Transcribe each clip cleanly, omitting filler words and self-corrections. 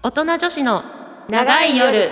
大人女子の長い夜。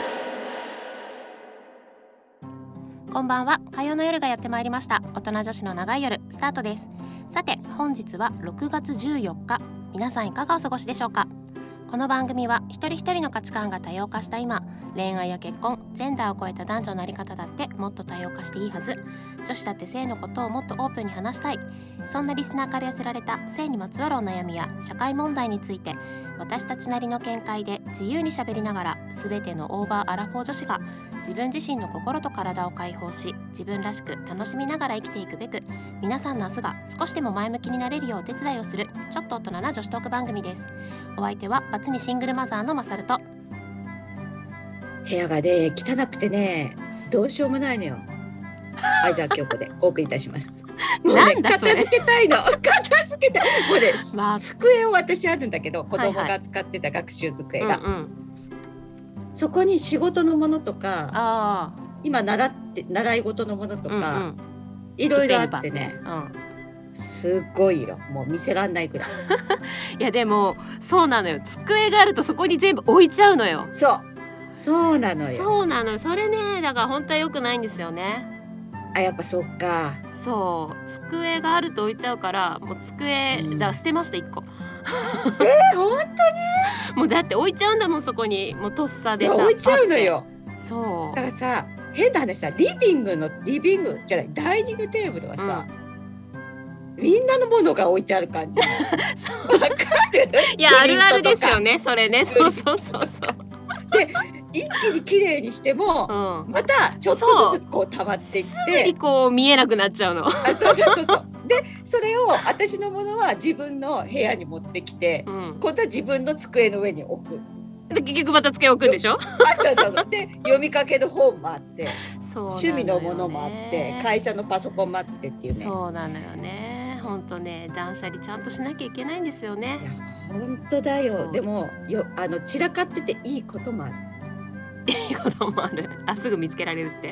こんばんは。火曜の夜がやってまいりました。大人女子の長い夜スタートです。さて本日は6月14日、皆さんいかがお過ごしでしょうか。この番組は一人一人の価値観が多様化した今、恋愛や結婚、ジェンダーを超えた男女のあり方だってもっと多様化していいはず。女子だって性のことをもっとオープンに話したい。そんなリスナーから寄せられた性にまつわるお悩みや社会問題について、私たちなりの見解で自由にしゃべりながら、全てのオーバーアラフォー女子が自分自身の心と体を解放し、自分らしく楽しみながら生きていくべく、皆さんの明日が少しでも前向きになれるようお手伝いをする、ちょっと大人な女子トーク番組です。お相手はバツにシングルマザーのまさると、 部屋がね汚くてねどうしようもないのよ。相沢京子でお送りいたします。もうね、 なんだそれ片付けたいの。片付けたい。もうね、机を私あるんだけど、子供が使ってた学習机が、そこに仕事のものとか、今習い事のものとか、いろいろあってね、すごいよ。もう見せらんないくらい。 いやでもそうなのよ。机があるとそこに全部置いちゃうのよ。 そうなのよ。 そうなのよ。それね、だから本当は良くないんですよね。 やっぱそっか。 そう、机があると置いちゃうから、もう机、だから捨てました1個。 本当に？ もうだって置いちゃうんだもん、そこに。もうとっさでさ置いちゃうのよ。 そうだからさ、変な話さ、リビングじゃない、ダイニングテーブルはさ、みんなのものが置いてある感じ。 そうわかる？ いや、あるあるですよね、それね。そうで、一気に綺麗にしても、またちょっとずつこう溜まっていって、すぐにこう見えなくなっちゃうの。 そう。で、それを私のものは自分の部屋に持ってきて、今度は自分の机の上に置く。 で結局また机置くんでしょ。 そうで、読みかけの本もあって、趣味のものもあって、会社のパソコンもあってっていうね。そうなのよね。本当ね、断捨離ちゃんとしなきゃいけないんですよね。 いや本当だよ。でも散らかってていいこともある。 いいこともある。すぐ見つけられるって。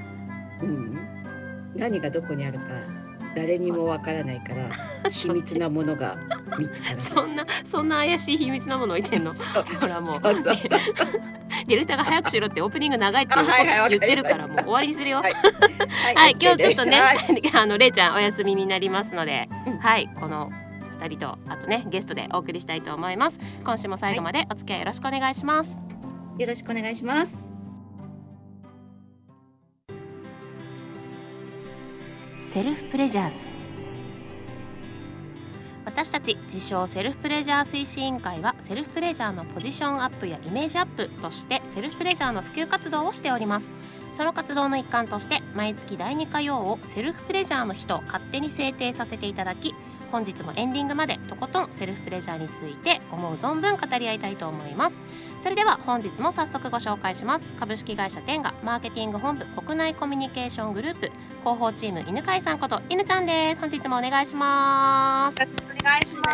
何がどこにあるか誰にもわからないから秘密なものが見つからない。 そんな怪しい秘密なもの置いてんの。ほらもう。 そうディレクターが早くしろってオープニング長いって言ってるからもう終わりにするよ。はい、今日ちょっとね、れいちゃんお休みになりますので、この2人とあとねゲストでお送りしたいと思います。今週も最後までお付き合いよろしくお願いします。 よろしくお願いします。 セルフプレジャー。私たち自称セルフプレジャー推進委員会は、セルフプレジャーのポジションアップやイメージアップとしてセルフプレジャーの普及活動をしております。その活動の一環として毎月第2火曜をセルフプレジャーの日と勝手に制定させていただき、本日もエンディングまでとことんセルフプレジャーについて思う存分語り合いたいと思います。それでは本日も早速ご紹介します。株式会社テンガマーケティング本部国内コミュニケーショングループ広報チーム犬飼さんこと犬ちゃんです。本日もお願いします。 お願いし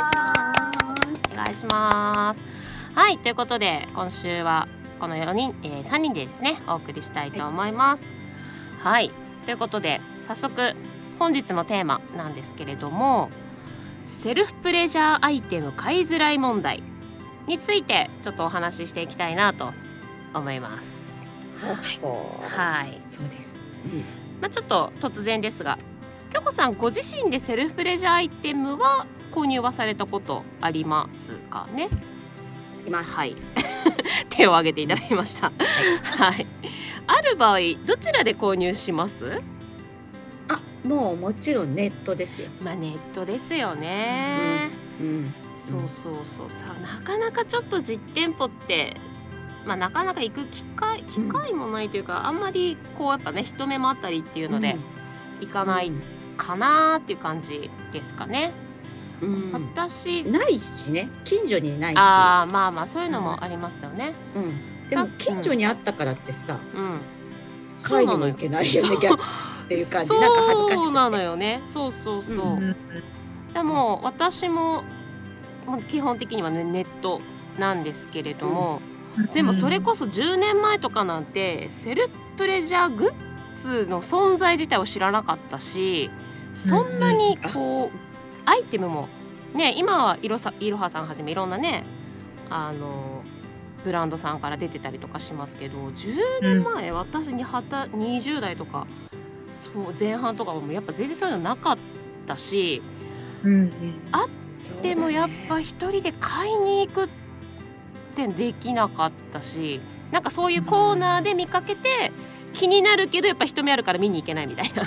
ます。はい、ということで今週はこの3人でですねお送りしたいと思います。はい、ということで早速本日のテーマなんですけれども、セルフプレジャーアイテム買いづらい問題についてちょっとお話ししていきたいなと思います。はい、 そうです。 ちょっと突然ですが、京子さんご自身でセルフプレジャーアイテムは購入はされたことありますかね？ います。 はい。手を挙げていただきました。はい。ある場合どちらで購入します？ もちろんネットですよ。 ネットですよね。そうさ、なかなかちょっと実店舗ってなかなか行く機会もないというか、あんまりこうやっぱね人目もあったりっていうので行かないかなっていう感じですかね。私ないしね、近所にないし、 そういうのもありますよね。 でも近所にあったからってさ、買いにも行けないよねっていう感じ、なんか恥ずかしくて。 そうなのよね。そう。でも私も基本的には、ネットなんですけれども、でもそれこそ10年前とかなんてセルフプレジャーグッズの存在自体を知らなかったし、そんなにこうアイテムもね、今はいろはさんはじめいろんなねブランドさんから出てたりとかしますけど、10年前、私に20代とかそう前半とかもやっぱ全然そういうのなかったし、あってもやっぱ一人で買いに行くってできなかったし、なんかそういうコーナーで見かけて気になるけどやっぱ人目あるから見に行けないみたい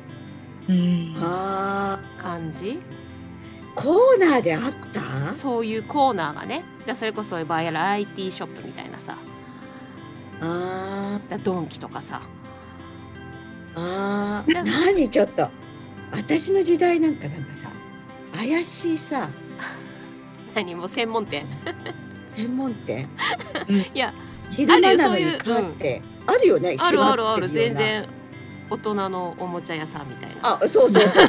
な感じ。 コーナーであった？ そういうコーナーがね、それこそそういうバラエティショップみたいなさ、ドンキとかさ、 何ちょっと私の時代なんかさ怪しいさ何も専門店いや昼間なのに変わってあるよね。 ある全然大人のおもちゃ屋さんみたいな。 そう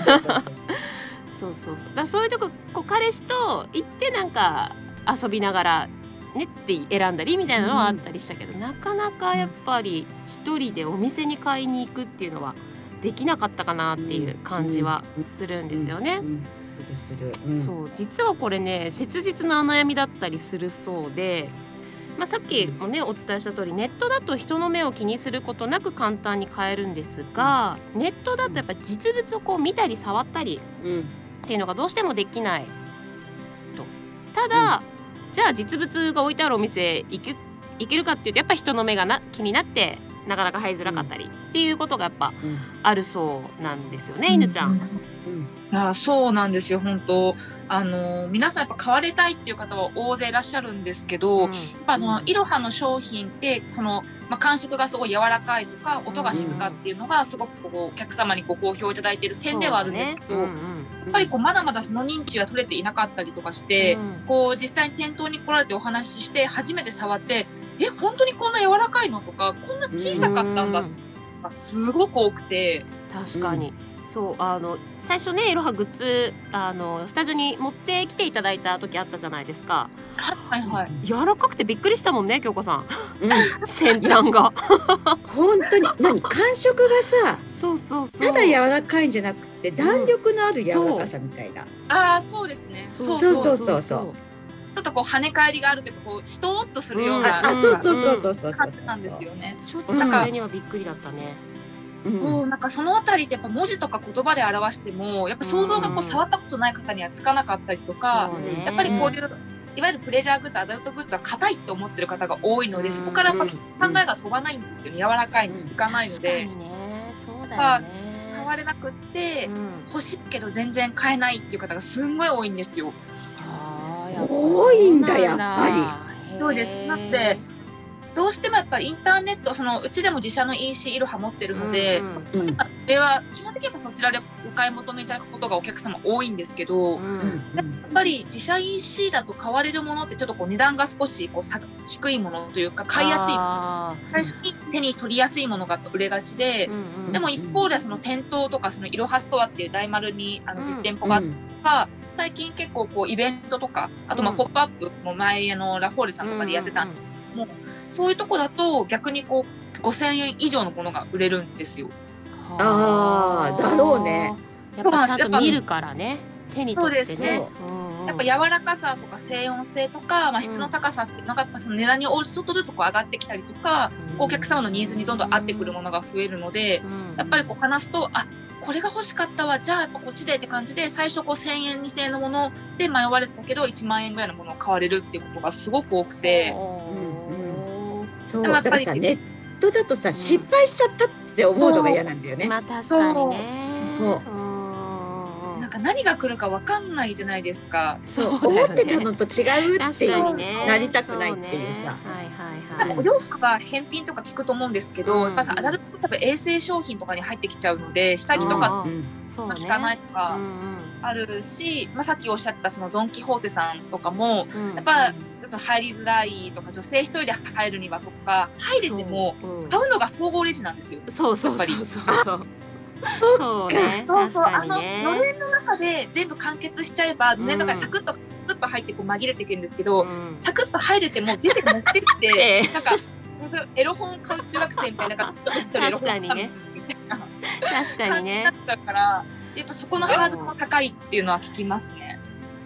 だそういうとこ彼氏と行ってなんか遊びながらねって選んだりみたいなのはあったりしたけど、なかなかやっぱり一人でお店に買いに行くっていうのはできなかったかなっていう感じはするんですよね。そう実はこれね切実な悩みだったりするそうで、さっきもねお伝えした通り、ネットだと人の目を気にすることなく簡単に買えるんですが、ネットだとやっぱ実物をこう見たり触ったりっていうのがどうしてもできないと。ただ、じゃあ実物が置いてあるお店行けるかっていうと、やっぱ人の目が気になってなかなか入りづらかったりっていうことがやっぱあるそうなんですよね、犬ちゃん。 そうなんですよ。本当皆さんやっぱ買われたいっていう方は大勢いらっしゃるんですけど、やっぱイロハの商品って感触がすごい柔らかいとか音が静かっていうのがすごくお客様にご好評いただいている点ではあるんですけど、やっぱりまだまだその認知が取れていなかったりとかして、実際に店頭に来られてお話しして初めて触って本当にこんな柔らかいのとかこんな小さかったんだってすごく多くて。 確かに、そう最初ねイロハグッズスタジオに持ってきていただいた時あったじゃないですか。柔らかくてびっくりしたもんね、京子さん。先端が本当に感触がさただ柔らかいんじゃなくて弾力のある柔らかさみたいな。 そうですね。 そうちょっと跳ね返りがあるというかしとーっとするような感じなんですよね。 ちょっとそれにはびっくりだったね。 なんかそのあたりってやっぱ文字とか言葉で表してもやっぱ想像が触ったことない方にはつかなかったりとか、やっぱりこういういわゆるプレジャーグッズ、アダルトグッズは硬いと思ってる方が多いので、そこからやっぱ考えが飛ばないんですよね。柔らかいにいかないので、触れなくって欲しいけど全然買えないっていう方がすんごい多いんですよ。 多いんだやっぱり。そうです。なのでどうしてもやっぱりインターネットうちでも自社の EC イロハ持ってるので、これは基本的にはそちらでお買い求めいただくことがお客様多いんですけど、やっぱり自社 EC だと買われるものってちょっと値段が少し低いものというか買いやすい、最初に手に取りやすいものが売れがちで、でも一方で店頭とかイロハストアっていう大丸に実店舗があった、最近結構イベントとかあとポップアップも前ラフォーレさんとかでやってたんですもうそういうとこだと逆に5000円以上のものが売れるんですよ。 だろうね。 やっぱちゃんと見るからね、手に取ってね。 やっぱ柔らかさとか静音性とか、質の高さっていうのがやっぱその値段にちょっとずつ上がってきたりとか、お客様のニーズにどんどん合ってくるものが増えるので、やっぱり話すとこれが欲しかったわ、じゃあやっぱこっちでって感じで最初1000円2000円のもので迷われてたけど1万円ぐらいのものを買われるっていうことがすごく多くて。 そうだからさ、ネットだとさ、失敗しちゃったって思うのが嫌なんだよね。 確かにね。 なんか何が来るか分かんないじゃないですか。 思ってたのと違うっていうなりたくないっていうさ。 お洋服は返品とか聞くと思うんですけど、やっぱアダルト多分衛生商品とかに入ってきちゃうので下着とか聞かないとかあるし、さっきおっしゃったドン・キホーテさんとかもやっぱちょっと入りづらいとか、女性一人で入るにはとか、入れても買うのが総合レジなんですよ。 そうね、確かにね。 のれんの中で全部完結しちゃえば、のれんとかにサクッと入って紛れていくんですけど、サクッと入れても出て持ってきてなんかエロ本買う中学生みたいな確かにね。だからやっぱそこのハードルが高いっていうのは聞きますね。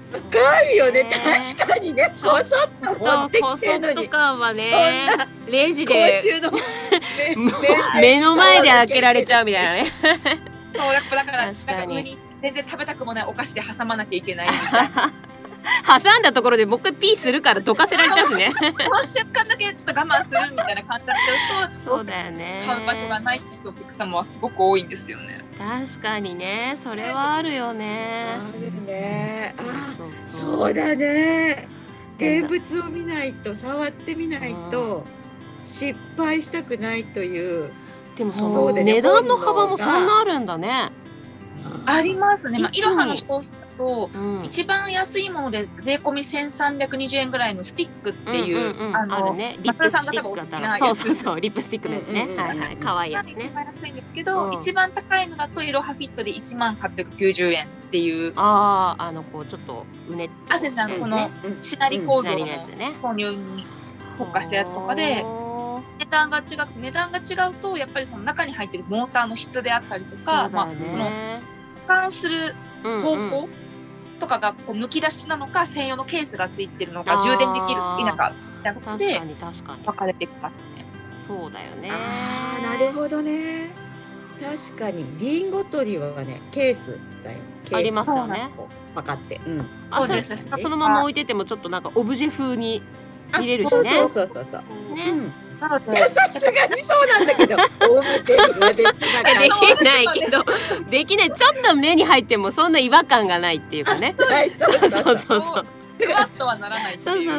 深いよね。確かにね、こそっと持ってきてるのに、 こそっと感はね、レジで公衆の目の前で開けられちゃうみたいなね。 そうだから確かに上に全然食べたくもないお菓子で挟まなきゃいけないみたいな。 挟んだところでもう一回ピーするからどかせられちゃうしね。 この瞬間だけちょっと我慢するみたいな感じだと、 そうだよね。 買う場所がないっていうお客様はすごく多いんですよね。 確かにね、それはあるよね。 あるね。 そうだね。現物を見ないと、触ってみないと失敗したくないという。 でもそうね、値段の幅もそんなあるんだね。 ありますね。いろはの商品だと、一番安いもので税込み1320円ぐらいのスティックっていう、 あるね。リップスティックだったら、そうリップスティックのやつね。はいはい、可愛いやつね。 一番安いんですけど、一番高いのだといろはフィットで10890円っていう。 こうちょっとうねっとしたこのしなり構造の購入に特化したやつとかで。値段が違うとやっぱりその中に入ってるモーターの質であったりとか、保管する方法とかがこうむき出しなのか、専用のケースがついてるのか、充電できる田舎みたいなことで分かれていくかね。 そうだよね。 なるほどね。確かにリンゴ取りはね、ケースだよ。 ありますよね。 分かって。 そうです。 そのまま置いててもちょっとなんかオブジェ風に見れるしね。 そう。 ね。 さすがにそうなんだけど、オブジェはできないけど、できない。ちょっと目に入ってもそんな違和感がないっていうかね。そう。 ふわっとはならないっていう。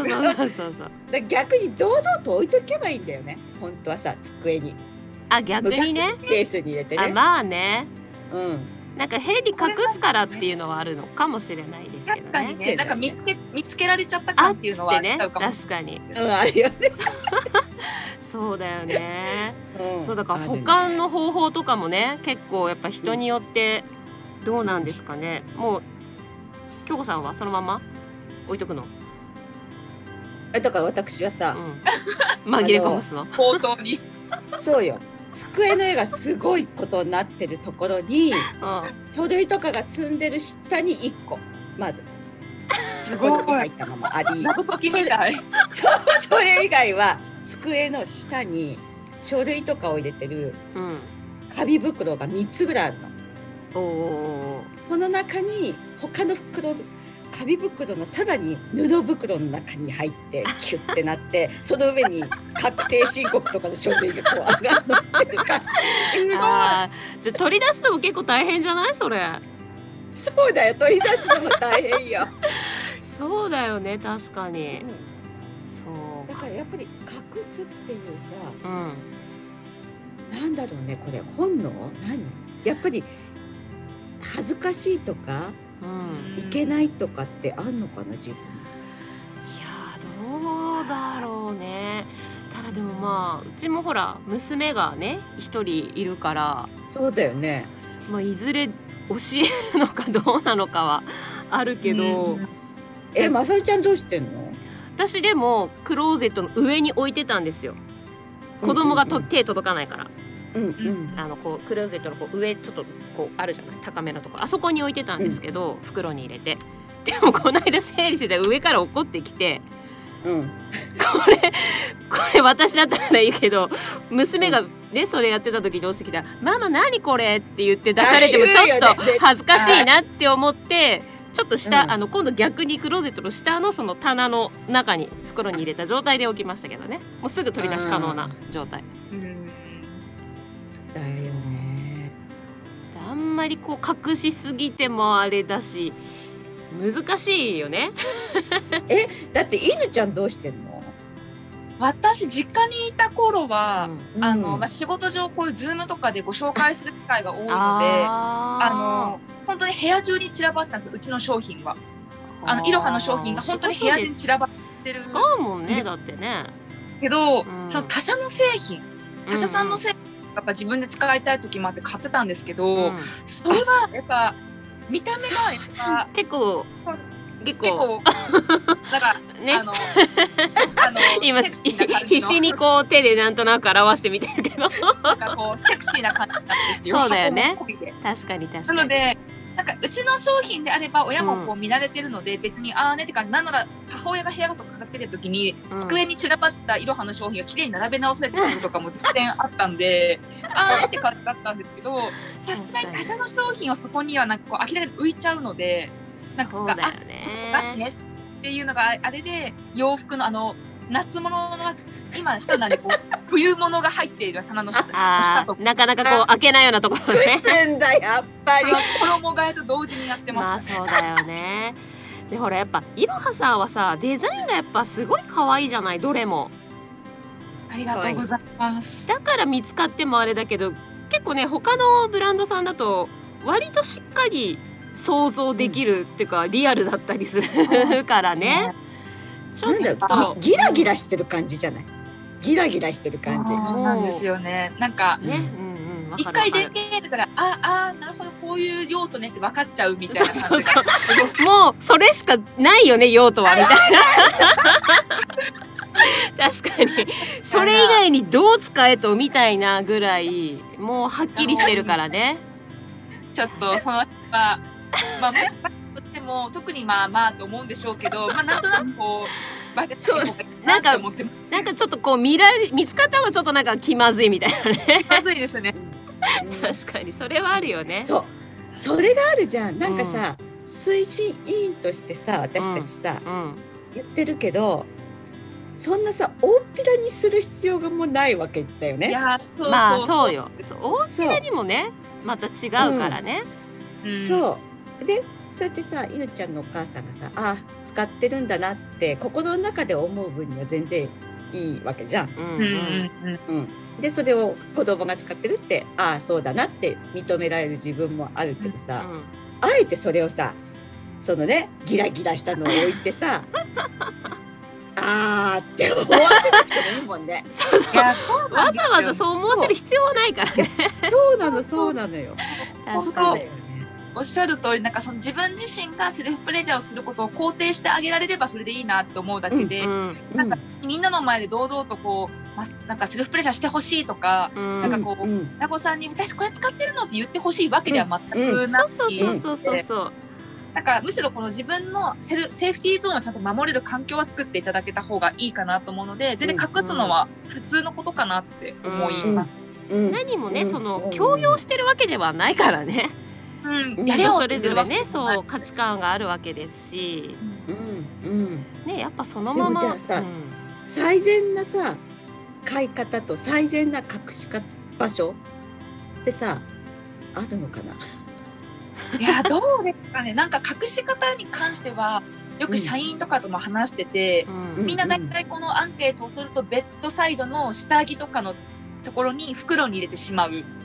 そう。 逆に堂々と置いとけばいいんだよね。本当はさ、机に。 逆にね。 ケースに入れてね。 まあね。なんか変に隠すからっていうのはあるのかもしれないですけどね。 確かにね。なんか見つけられちゃった感っていうのはあるかも。 確かに。 あるよね。 そうだよね。そうだから保管の方法とかもね、結構やっぱ人によってどうなんですかね。もう京子さんはそのまま置いとくの？ だから私はさ、 紛れ込むすの。 冒頭に。 そうよ。机の絵がすごいことになってるところに、書類とかが積んでる下に1個まずすごい入ったままあり、 謎解きみたい。 それ以外は机の下に書類とかを入れてる紙袋が3つぐらいあるの。その中に他の紙袋のさらに布袋の中に入ってキュッてなってその上に確定申告とかの書類がこう上がってる感じ。 じゃあ取り出すのも結構大変じゃないそれ？ そうだよ、取り出すのも大変よ。 そうだよね、確かに。そうだからやっぱり隠すっていうさ、なんだろうね、これ本能？何？やっぱり恥ずかしいとかいけないとかってあんのかな、自分。いや、どうだろうね。ただでもまあうちもほら娘がね一人いるから。 そうだよね。 いずれ教えるのかどうなのかはあるけど。 まさみちゃんどうしてんの？ 私でもクローゼットの上に置いてたんですよ。子供が手届かないから。こうクローゼットのこう上ちょっとこうあるじゃない、高めのところ、あそこに置いてたんですけど、袋に入れて。でもこの間整理してたら上から落っこってきて、これ私だったらいいけど、娘がねそれやってた時に落ちてきたら「ママ何これ?」って言って出されてもちょっと恥ずかしいなって思って、ちょっと下、今度逆にクローゼットの下のその棚の中に袋に入れた状態で置きましたけどね。もうすぐ取り出し可能な状態。 だよね。 あんまりこう隠しすぎてもあれだし難しいよね。 だって犬ちゃんどうしてんの？ 私実家にいた頃は、仕事上こういうズームとかでご紹介する機会が多いので本当に部屋中に散らばってたんですよ、うちの商品は。いろはの商品が本当に部屋中に散らばってる。 使うもんね、だってね。 けど、その他社の製品、他社さんの製品やっぱ自分で使いたい時もあって買ってたんですけど、それはやっぱ見た目がやっぱ結構なんかね、今必死にこう手でなんとなく表してみてるけど、 なんかこうセクシーな感じなんですよ。 そうだよね。確かに。 なのでなんかうちの商品であれば親もこう見慣れてるので、別にああねってか、なんなら母親が部屋とか片付けてる時に、机に散らばってたいろはの商品がきれいに並べ直されてることとかも全然あったんでああねって感じだったんですけど、さすがに他社の商品はそこにはなんかこう明らかに浮いちゃうので、なんかそうだよね、 ガチねっていうのがあれで、洋服の夏物が今なんでこう冬物が入っている棚の下とか、 なかなかこう開けないようなところね。 すんだやっぱり衣替えと同時にやってましたね。 まあそうだよね。でほらやっぱいろはさんはさデザインがやっぱすごい可愛いじゃない、どれも。 ありがとうございます。 だから見つかってもあれだけど、結構ね他のブランドさんだと割としっかり想像できるっていうか、リアルだったりするからね。 ちょっとギラギラしてる感じじゃない。ギラギラしてる感じ。 そうなんですよね。なんかね、一回電源入れたらなるほどこういう用途ねって分かっちゃうみたいな感じがもうそれしかないよね用途はみたいな確かにそれ以外にどう使えとみたいなぐらいもうはっきりしてるからね。 ちょっとそのはもしとしても特にまあと思うんでしょうけど、なんとなくこうバレてる方がいいなって思ってます。 なんかちょっとこう見つかった方がちょっとなんか気まずいみたいなね。 気まずいですね。 確かにそれはあるよね。 それがあるじゃん。なんかさ、推進委員としてさ私たちさ、言ってるけど、そんなさ大っぴらにする必要がもうないわけだよね。 いやそうよ。大っぴらにもねまた違うからね。 そうでそうやってさ、いぬちゃんのお母さんがさ使ってるんだなって心の中で思う分には全然いいわけじゃん。でそれを子供が使ってるってそうだなって認められる自分もあるけどさ、あえてそれをさそのねギラギラしたのを置いてさって思わせなくてもいいもんね。 わざわざそう思わせる必要はないからね。 そうなのよ。 確かにおっしゃる通り、なんかその自分自身がセルフプレジャーをすることを肯定してあげられればそれでいいなって思うだけで、なんかみんなの前で堂々とこうなんかセルフプレジャーしてほしいとか、なんかこう名護さんに私これ使ってるのって言ってほしいわけでは全くなくて、なんかむしろこの自分のセーフティーゾーンをちゃんと守れる環境は作っていただけた方がいいかなと思うので、全然隠すのは普通のことかなって思います。 何もねその強要してるわけではないからね。人それぞれねそう価値観があるわけですし、ねやっぱそのまま。 でもじゃあさ、最善なさ買い方と最善な隠し場所ってさあるのかな。 いやどうですかね。なんか隠し方に関してはよく社員とかとも話してて、みんなだいたいこのアンケートを取るとベッドサイドの下着とかのところに袋に入れてしまうが多いんです。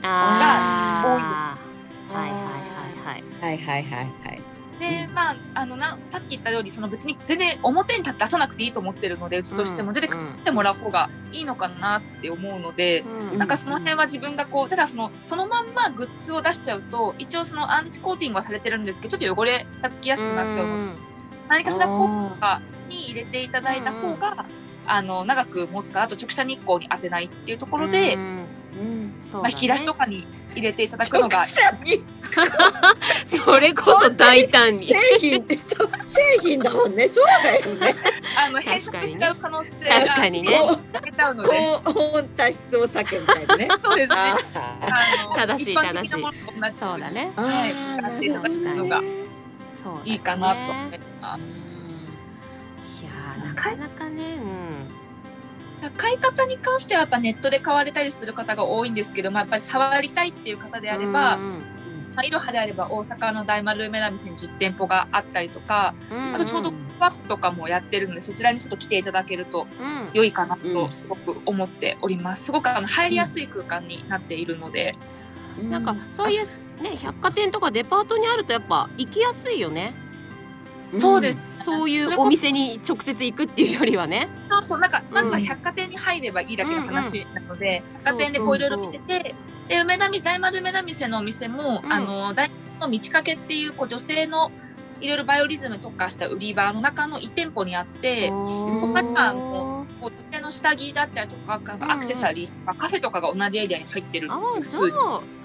でさっき言ったように別に全然表に出さなくていいと思ってるので、うちとしても全然買ってもらう方がいいのかなって思うので、なんかその辺は自分がこうただそのまんまグッズを出しちゃうと一応そのアンチコーティングはされてるんですけど、ちょっと汚れがつきやすくなっちゃうので、何かしらポーチとかに入れていただいた方が長く持つから、あと直射日光に当てないっていうところで、引き出しとかに入れていただくのがそれこそ大胆に製品だもんね。そうだよね。 変色しちゃう可能性が確かにね避けちゃうので、 高温多湿を避けみたいなね。 そうですね。 正しい一般的なものと同じそうだね。 出していただくのがいいかなと思います。 いやなかなかね。 買い方に関してはやっぱネットで買われたりする方が多いんですけど、やっぱり触りたいっていう方であれば、いろはであれば大阪の大丸梅田店に実店舗があったりとか、あとちょうどポップアップとかもやってるので、そちらにちょっと来ていただけると良いかなとすごく思っております。すごく入りやすい空間になっているので、 なんかそういうね百貨店とかデパートにあるとやっぱ行きやすいよね。 そうです。 そういうお店に直接行くっていうよりはね。 なんかまずは百貨店に入ればいいだけの話なので、百貨店でいろいろ見てて、で大丸梅田店のお店も大丸の道かけっていう女性のいろいろバイオリズムに特化した売り場の中の1店舗にあって、他には女性の下着だったりとかアクセサリーとかカフェとかが同じエリアに入ってるんですよ。普通に。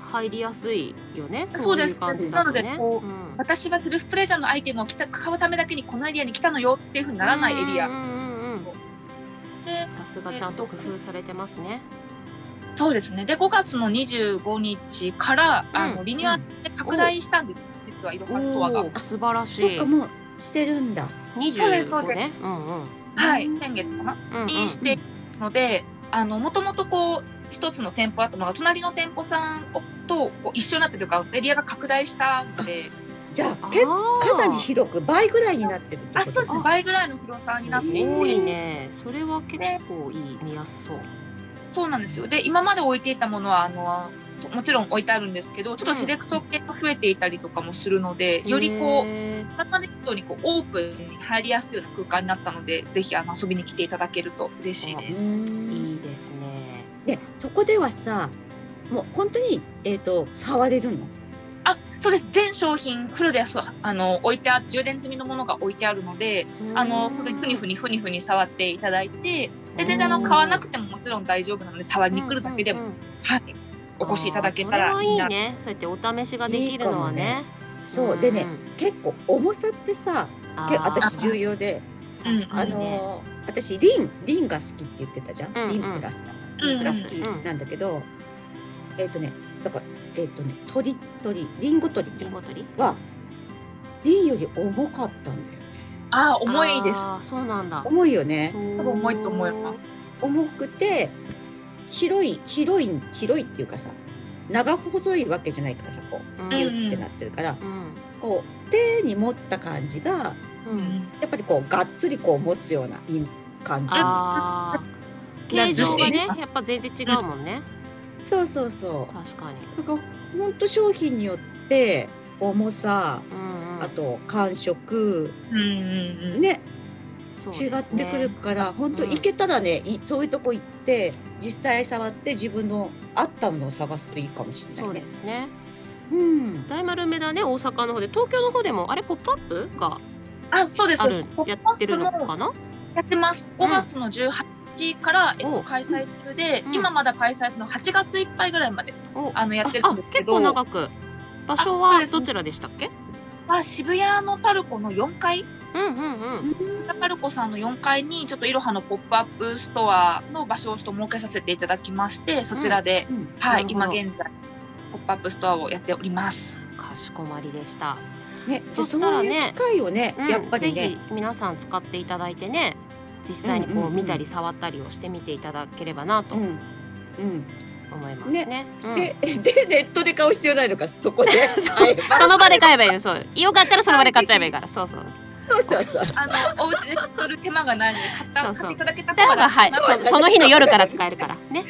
入りやすいよね。 そうです。 そういう感じなのだとね。 でこう、私はセルフプレジャーのアイテムを買うためだけにこのエリアに来たのよっていう風にならないエリア。 で、さすがちゃんと工夫されてますね。 そうですね。で5月の25日から、リニューアルで拡大したんです、実はいろはストアが。 素晴らしい。 そっか、もうしてるんだ。 そうですそうです。はい、先月かな、にしてので、もともとこう一つの店舗だったのが隣の店舗さんと一緒になってるからエリアが拡大したので。 じゃあかなり広く倍ぐらいになってるってことですか？ そうですね、倍ぐらいの広さになっていて、 いいね。それは結構いい、見やすそう。そうなんですよ。で今まで置いていたものはもちろん置いてあるんですけど、ちょっとセレクト系が増えていたりとかもするので、よりこう今まで以上にこうオープンに入りやすいような空間になったので、ぜひ遊びに来ていただけると嬉しいです。 いいですね。 でそこではさ、もう本当に触れるの？ そうです。全商品フルで置いて充電済みのものが置いてあるので、本当にふにふに触っていただいて、で全然買わなくてももちろん大丈夫なので、触りに来るだけでも、はい、お越しいただけたらいいな。 それはいいね。そうやってお試しができるのはね。 そうでね、結構重さってさ、私重要で、私リンが好きって言ってたじゃん。リンプラスだ。リンプラス好きなんだけど、だからリンゴ取りちゃんはリンより重かったんだよね。 重いです。 そうなんだ。 重いよね。 重いと思います。 重くて広いっていうかさ、長細いわけじゃないからさ、こうギュッてなってるから、こう手に持った感じが、やっぱりこうがっつりこう持つような感じ。 形状がね、やっぱ全然違うもんね。 そう。確かに。なんか本当商品によって重さ、あと感触、ね、違ってくるから、本当行けたらね、そういうとこ行って実際触って自分の合ったものを探すといいかもしれないね。 そうですね。大丸梅田ね、大阪の方で、東京の方でもあれポップアップがそうです。 やってるのかな？ やってます。5月の18日から、開催中で、今まだ開催中の8月いっぱいぐらいまでやってるんですけど。 結構長く。場所はどちらでしたっけ？ 渋谷のパルコの4階。パルコさんの4階にちょっといろはのポップアップストアの場所をちょっと設けさせていただきまして、そちらで、今現在ポップアップストアをやっております。 かしこまりでした。 ね、その機会をね、やっぱりね、 ぜひ皆さん使っていただいてね、実際にこう見たり触ったりをしてみていただければなと思いますね。 でネットで買う必要ないのか、そこでその場で買えばいいよ。そう、よかったらその場で買っちゃえばいいから。そう。 お家で取る手間がないので買っていただけた方が、その日の夜から使えるからね。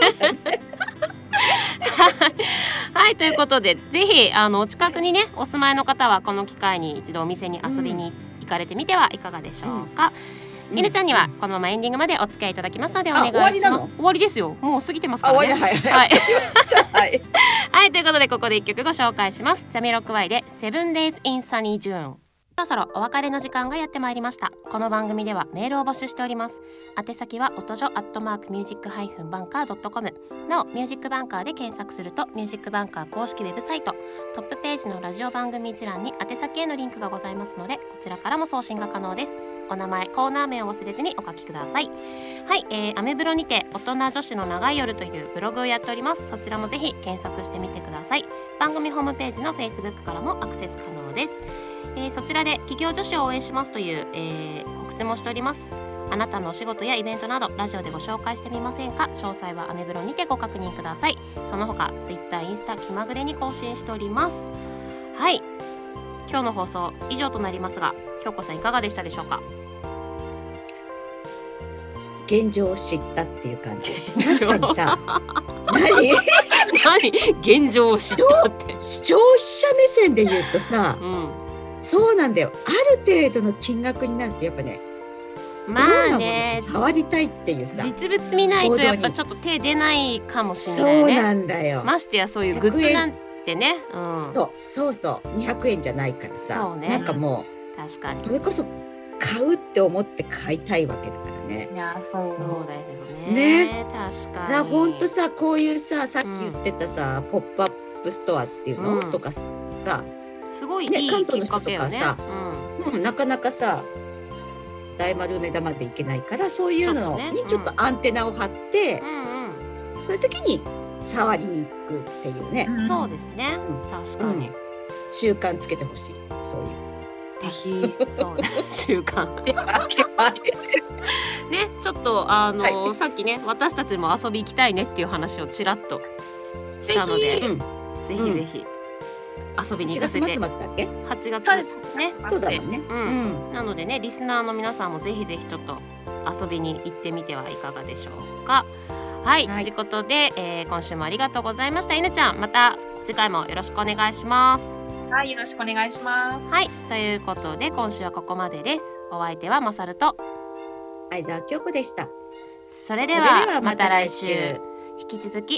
はい、ということで、ぜひお近くにねお住まいの方はこの機会に一度お店に遊びに行かれてみてはいかがでしょうか。犬ちゃんにはこのままエンディングまでお付き合いいただきますのでお願いします。終わりですよ。もう過ぎてますからね。はい、ということでここで1曲ご紹介します。ジャミロクワイで 7days in sunny June。そろそろお別れの時間がやってまいりました。この番組ではメールを募集しております。宛先は音女@music-banker.com。 なおミュージックバンカーで検索するとミュージックバンカー公式ウェブサイトトップページのラジオ番組一覧に宛先へのリンクがございますので、こちらからも送信が可能です。お名前、コーナー名を忘れずにお書きください。はい、アメブロにて大人女子の長い夜というブログをやっております。そちらもぜひ検索してみてください。番組ホームページの Facebook からもアクセス可能です。そちらで企業女子を応援しますという、告知もしております。あなたのお仕事やイベントなどラジオでご紹介してみませんか。詳細はアメブロにてご確認ください。その他 Twitter、インスタ気まぐれに更新しております。はい、今日の放送以上となりますが、京子さんいかがでしたでしょうか。 現状を知ったっていう感じ。確かにさ何現状を知ったって消費者目線で言うとさ、そうなんだよ。ある程度の金額になるとやっぱね、まあね、触りたいっていうさ、 実物見ないとやっぱちょっと手出ないかもしれないね。 そうなんだよ。 ましてやそういうグッズなんてね、 そう200円じゃないからさ、なんかもう確かにそれこそ買うって思って買いたいわけだからね。 いや、そうですよね。確かに。 ほんとさ、こういうさ、さっき言ってたさ、ポップアップストアっていうの、とかさ、 すごいいいきっかけよね。 なかなかさ大丸梅田まで行けないから、そういうのにちょっとアンテナを張って、そういう時に触りに行くっていうね。 そうですね、確かに、 習慣つけてほしい。そういうぜひそう習慣ね、ちょっとさっきね、私たちも遊び行きたいねっていう話をちらっとしたので、ぜひぜひ遊びに行かせて。 8月末だったっけ ？8月ですね。 そうだもんね。 なのでね、リスナーの皆さんもぜひぜひちょっと遊びに行ってみてはいかがでしょうか。はい、ということで、今週もありがとうございました。犬ちゃん、また次回もよろしくお願いします。 はい、よろしくお願いします。 はい、ということで今週はここまでです。お相手はまさると相沢京子でした。 それではまた来週。引き続き